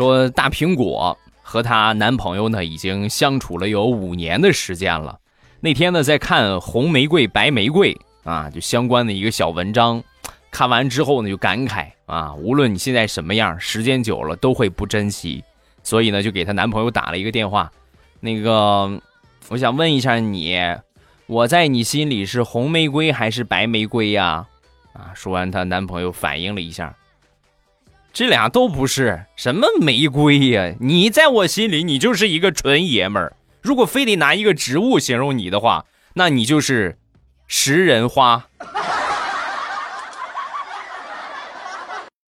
说大苹果和她男朋友呢已经相处了有5年的时间了。那天呢在看红玫瑰白玫瑰啊，就相关的一个小文章，看完之后呢就感慨啊，无论你现在什么样，时间久了都会不珍惜。所以呢就给她男朋友打了一个电话，那个我想问一下你，我在你心里是红玫瑰还是白玫瑰呀？啊，说完她男朋友反应了一下，这俩都不是，什么玫瑰呀？你在我心里，你就是一个纯爷们儿。如果非得拿一个植物形容你的话，那你就是食人花。